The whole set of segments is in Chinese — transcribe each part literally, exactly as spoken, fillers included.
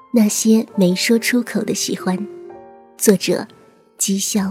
那些没说出口的喜欢。作者：讥笑。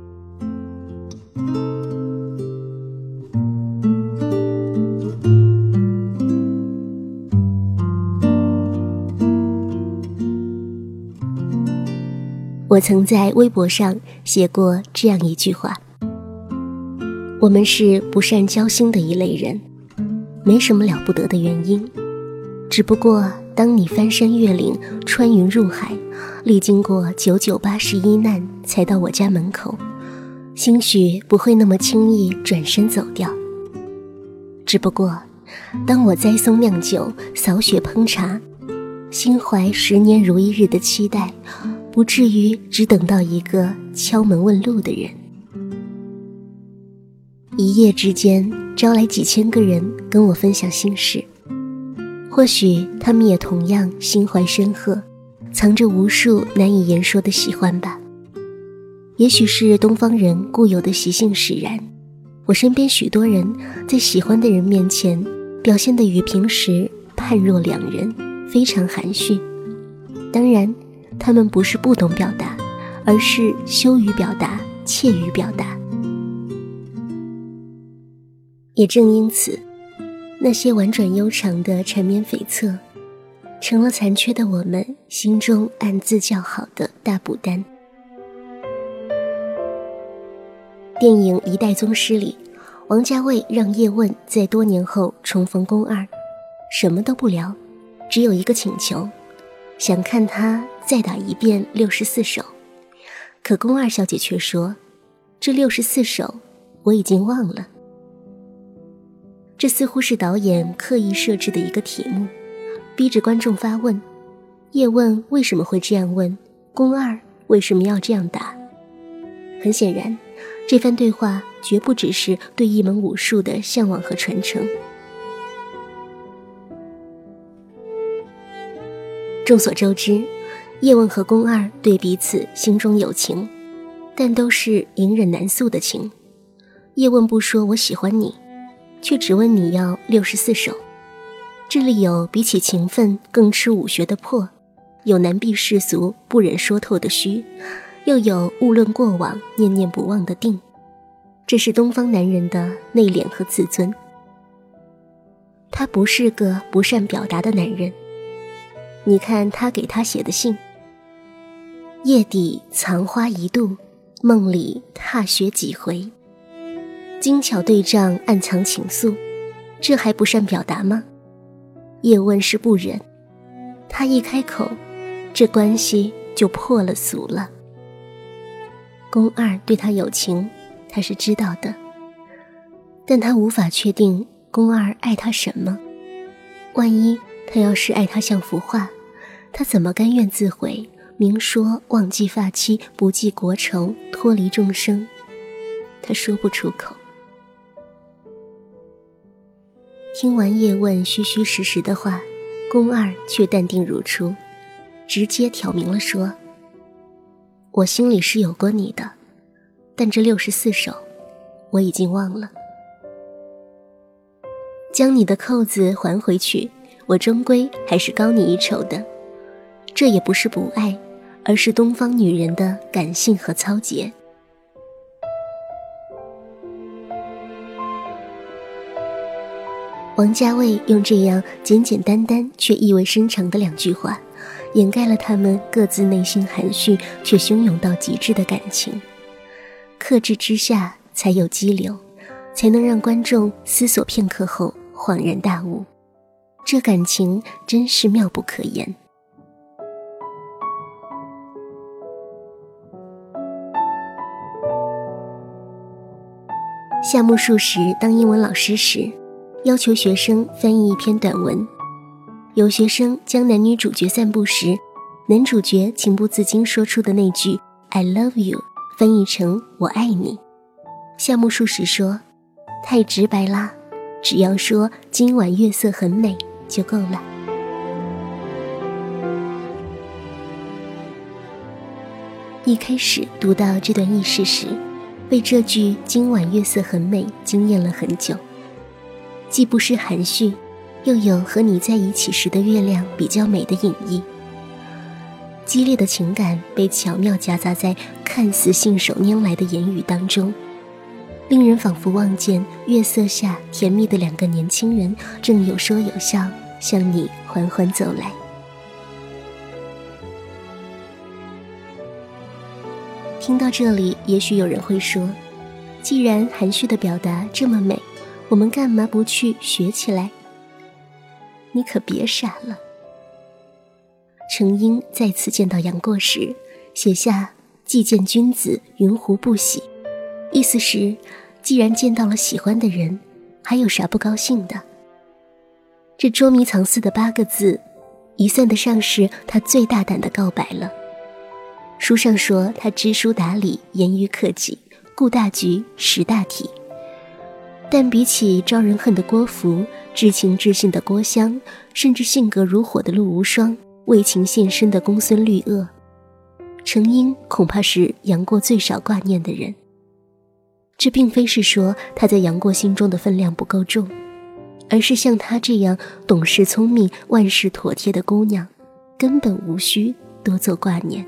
我曾在微博上写过这样一句话：我们是不善交心的一类人，没什么了不得的原因，只不过当你翻山越岭，穿云入海，历经过九九八十一难才到我家门口，兴许不会那么轻易转身走掉。只不过当我栽松酿酒，扫雪烹茶，心怀十年如一日的期待，不至于只等到一个敲门问路的人。一夜之间招来几千个人跟我分享心事，或许他们也同样心怀深厚，藏着无数难以言说的喜欢吧。也许是东方人固有的习性使然，我身边许多人在喜欢的人面前表现得与平时判若两人，非常含蓄。当然他们不是不懂表达，而是羞于表达，怯于表达。也正因此，那些婉转悠长的缠绵悱恻，成了残缺的我们心中暗自叫好的大补丹。电影《一代宗师》里，王家卫让叶问在多年后重逢宫二，什么都不聊，只有一个请求，想看他再打一遍六十四手。可宫二小姐却说，这六十四手我已经忘了。这似乎是导演刻意设置的一个题目，逼着观众发问：叶问为什么会这样问？宫二为什么要这样打？很显然，这番对话绝不只是对一门武术的向往和传承。众所周知，叶问和宫二对彼此心中有情，但都是隐忍难诉的情。叶问不说我喜欢你，却只问你要六十四手。这里有比起情分更吃武学的破，有难避世俗不忍说透的虚，又有勿论过往念念不忘的定。这是东方男人的内敛和自尊。他不是个不善表达的男人。你看他给他写的信：夜底藏花一度，梦里踏雪几回，精巧对仗，暗藏情愫，这还不善表达吗？叶问是不忍，他一开口，这关系就破了俗了。宫二对他有情，他是知道的，但他无法确定宫二爱他什么。万一他要是爱他像幅画，他怎么甘愿自毁，明说忘记发妻，不计国仇，脱离众生？他说不出口。听完叶问虚虚实实的话，宫二却淡定如初，直接挑明了说：我心里是有过你的，但这六十四手我已经忘了。将你的扣子还回去，我终归还是高你一筹的。这也不是不爱，而是东方女人的感性和操节。王家卫用这样简简单单却意味深长的两句话，掩盖了他们各自内心含蓄却汹涌到极致的感情。克制之下才有激流，才能让观众思索片刻后恍然大悟，这感情真是妙不可言。夏目漱石当英文老师时，要求学生翻译一篇短文。有学生将男女主角散步时，男主角情不自禁说出的那句 I love you 翻译成我爱你。夏目漱石说，太直白啦，只要说今晚月色很美就够了。一开始读到这段轶事时，被这句今晚月色很美惊艳了很久，既不失含蓄，又有和你在一起时的月亮比较美的隐意。 激烈的情感被巧妙夹杂在看似信手拈来的言语当中，令人仿佛望见月色下甜蜜的两个年轻人正有说有笑向你缓缓走来。听到这里，也许有人会说，既然含蓄的表达这么美，我们干嘛不去学起来？你可别傻了。程婴再次见到杨过时，写下既见君子，云胡不喜，意思是既然见到了喜欢的人，还有啥不高兴的？这捉迷藏似的八个字，一算得上是他最大胆的告白了。书上说他知书达理，严于克己，顾大局，识大体。但比起招人恨的郭芙，至情至性的郭襄，甚至性格如火的陆无双，为情献身的公孙绿萼，程婴恐怕是杨过最少挂念的人。这并非是说他在杨过心中的分量不够重，而是像她这样懂事聪明、万事妥帖的姑娘，根本无需多做挂念。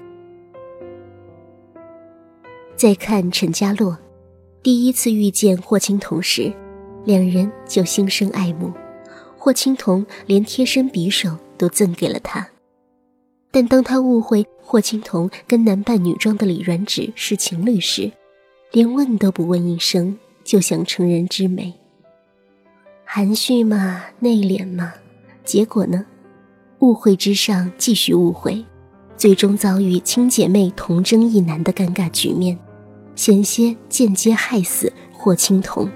再看陈家洛，第一次遇见霍青桐时，两人就心生爱慕，霍青桐连贴身匕首都赠给了他。但当他误会霍青桐跟男扮女装的李软芷是情侣时，连问都不问一声，就想成人之美。含蓄嘛，内敛嘛，结果呢？误会之上继续误会，最终遭遇亲姐妹同争一男的尴尬局面，险些间接害死霍青桐。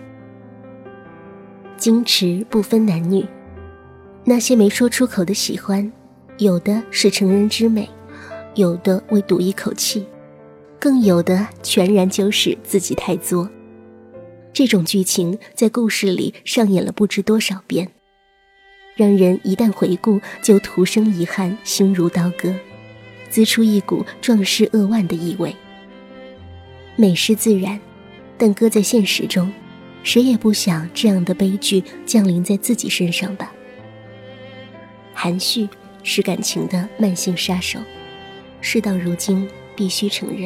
矜持不分男女，那些没说出口的喜欢，有的是成人之美，有的为赌一口气，更有的全然就是自己太作。这种剧情在故事里上演了不知多少遍，让人一旦回顾就徒生遗憾，心如刀割，滋出一股壮士扼腕的意味。美是自然，但搁在现实中，谁也不想这样的悲剧降临在自己身上吧。含蓄是感情的慢性杀手，事到如今必须承认。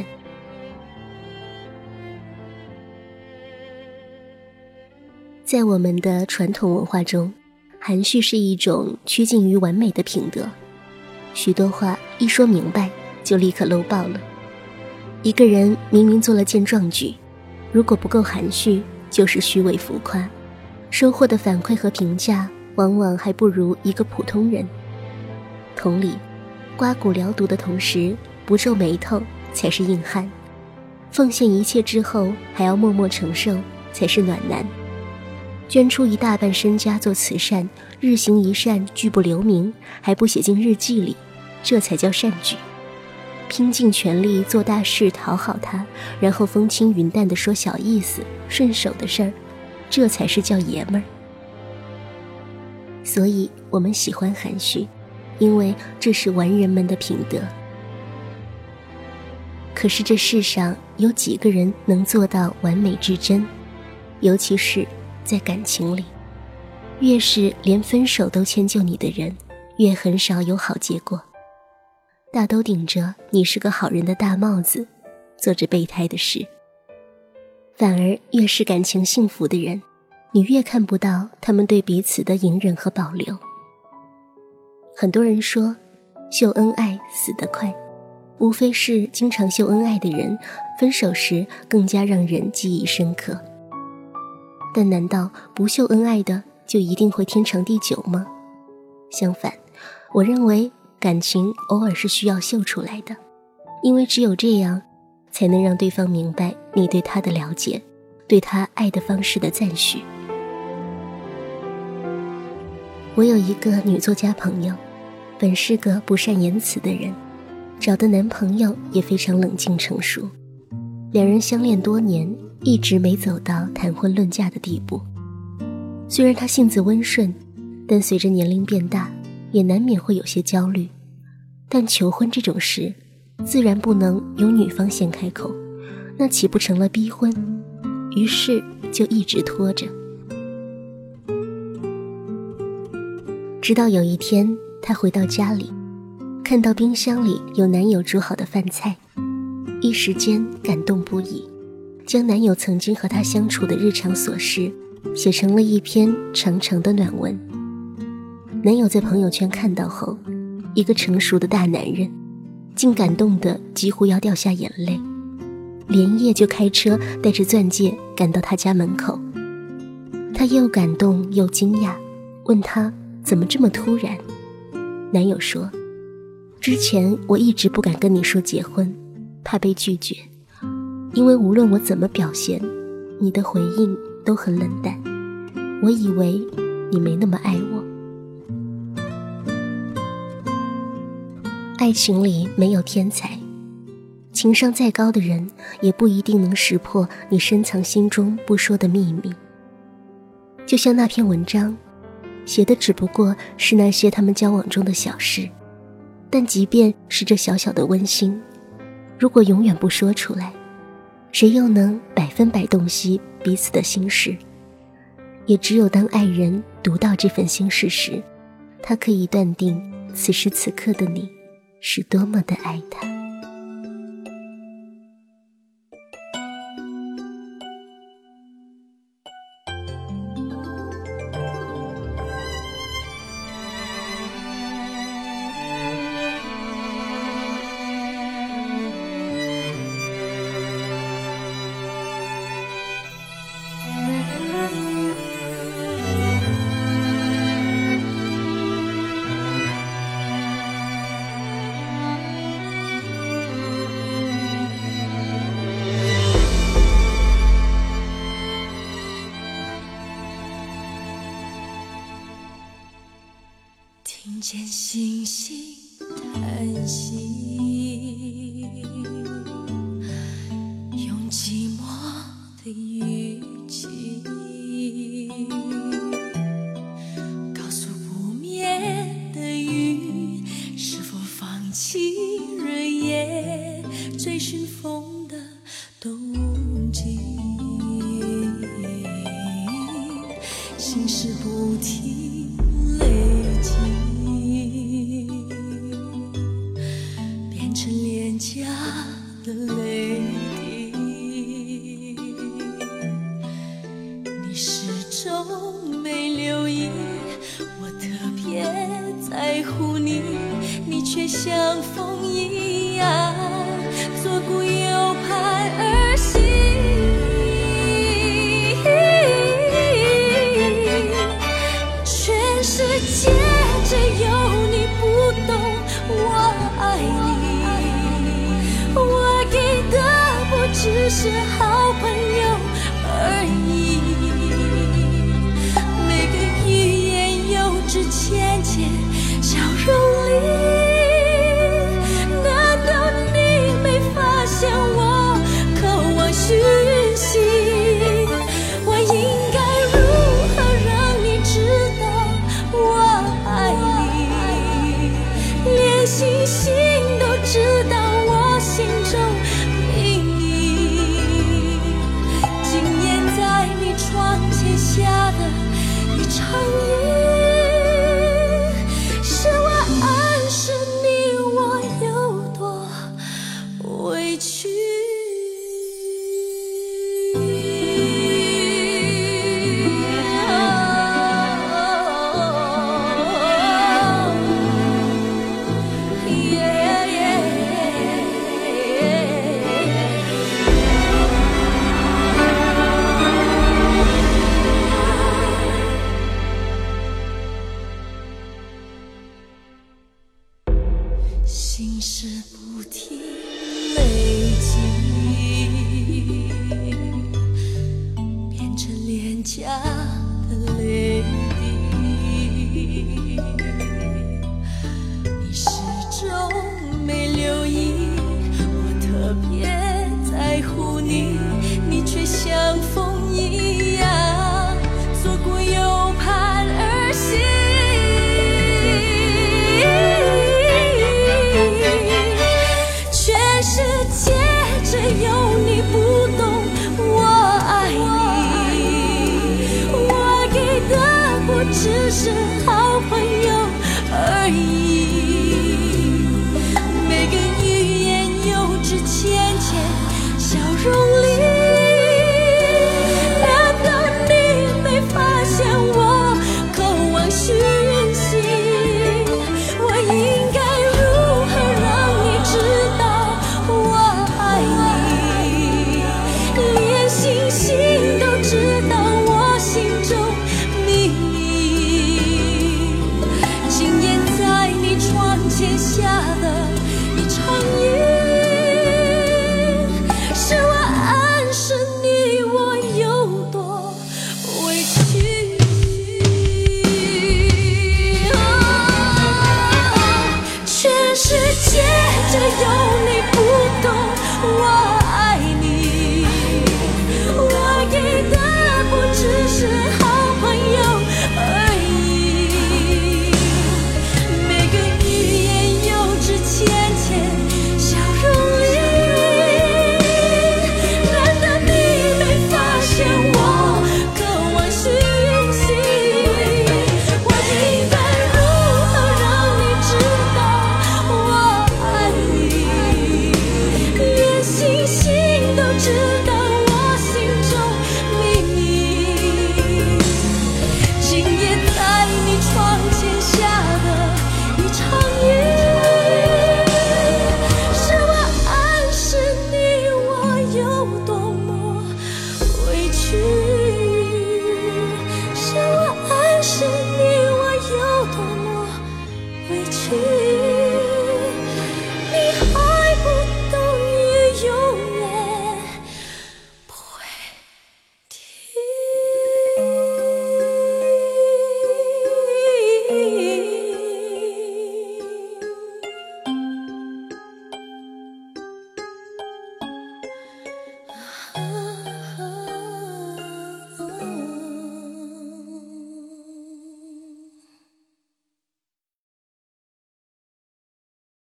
在我们的传统文化中，含蓄是一种趋近于完美的品德，许多话一说明白就立刻漏爆了。一个人明明做了件壮举，如果不够含蓄，就是虚伪浮夸，收获的反馈和评价往往还不如一个普通人。同理，刮骨疗毒的同时不皱眉头才是硬汉，奉献一切之后还要默默承受才是暖男。捐出一大半身家做慈善，日行一善拒不留名，还不写进日记里，这才叫善举。拼尽全力做大事讨好他，然后风轻云淡地说小意思顺手的事儿，这才是叫爷们儿。所以我们喜欢含蓄，因为这是完人们的品德。可是这世上有几个人能做到完美至真？尤其是在感情里，越是连分手都迁就你的人，越很少有好结果。大都顶着你是个好人的大帽子，做着备胎的事。反而越是感情幸福的人，你越看不到他们对彼此的隐忍和保留。很多人说秀恩爱死得快，无非是经常秀恩爱的人分手时更加让人记忆深刻。但难道不秀恩爱的就一定会天长地久吗？相反，我认为感情偶尔是需要秀出来的，因为只有这样才能让对方明白你对他的了解，对他爱的方式的赞许。我有一个女作家朋友，本是个不善言辞的人，找的男朋友也非常冷静成熟，两人相恋多年，一直没走到谈婚论嫁的地步。虽然她性子温顺，但随着年龄变大，也难免会有些焦虑。但求婚这种事，自然不能由女方先开口，那岂不成了逼婚？于是就一直拖着。直到有一天，她回到家里， 看到冰箱里有男友煮好的饭菜，一时间感动不已，将男友曾经和她相处的日常琐事写成了一篇长长的暖文。男友在朋友圈看到后，一个成熟的大男人竟感动得几乎要掉下眼泪，连夜就开车带着钻戒赶到他家门口。他又感动又惊讶，问他怎么这么突然。男友说，之前我一直不敢跟你说结婚，怕被拒绝，因为无论我怎么表现，你的回应都很冷淡，我以为你没那么爱我。爱情里没有天才，情商再高的人也不一定能识破你深藏心中不说的秘密。就像那篇文章写的只不过是那些他们交往中的小事，但即便是这小小的温馨，如果永远不说出来，谁又能百分百洞悉彼此的心事？也只有当爱人读到这份心事时，他可以断定此时此刻的你是多么的爱他。 听见星星叹息，用寂寞的语气告诉不眠的云，是否放弃日夜追寻风的冬季。心事不停累积，变成廉价的泪滴。你始终没留意，我特别在乎你，你却像风一样左顾右盼而行。全世界只有你不懂我爱你，我给的不只是好朋友而已。每个欲言又止浅浅笑容里，难道你没发现我渴望讯息？我应该如何让你知道我爱你？连星星都知道我心中秘密，今夜在你窗前下的一场雨，是我暗示你我有多委屈。心事不停累积，变成廉价的泪滴。你始终没留意，我特别在乎你，你却像风一样左顾右盼而行。世界只有你不懂我爱你，我给的不只是好朋友而已。 容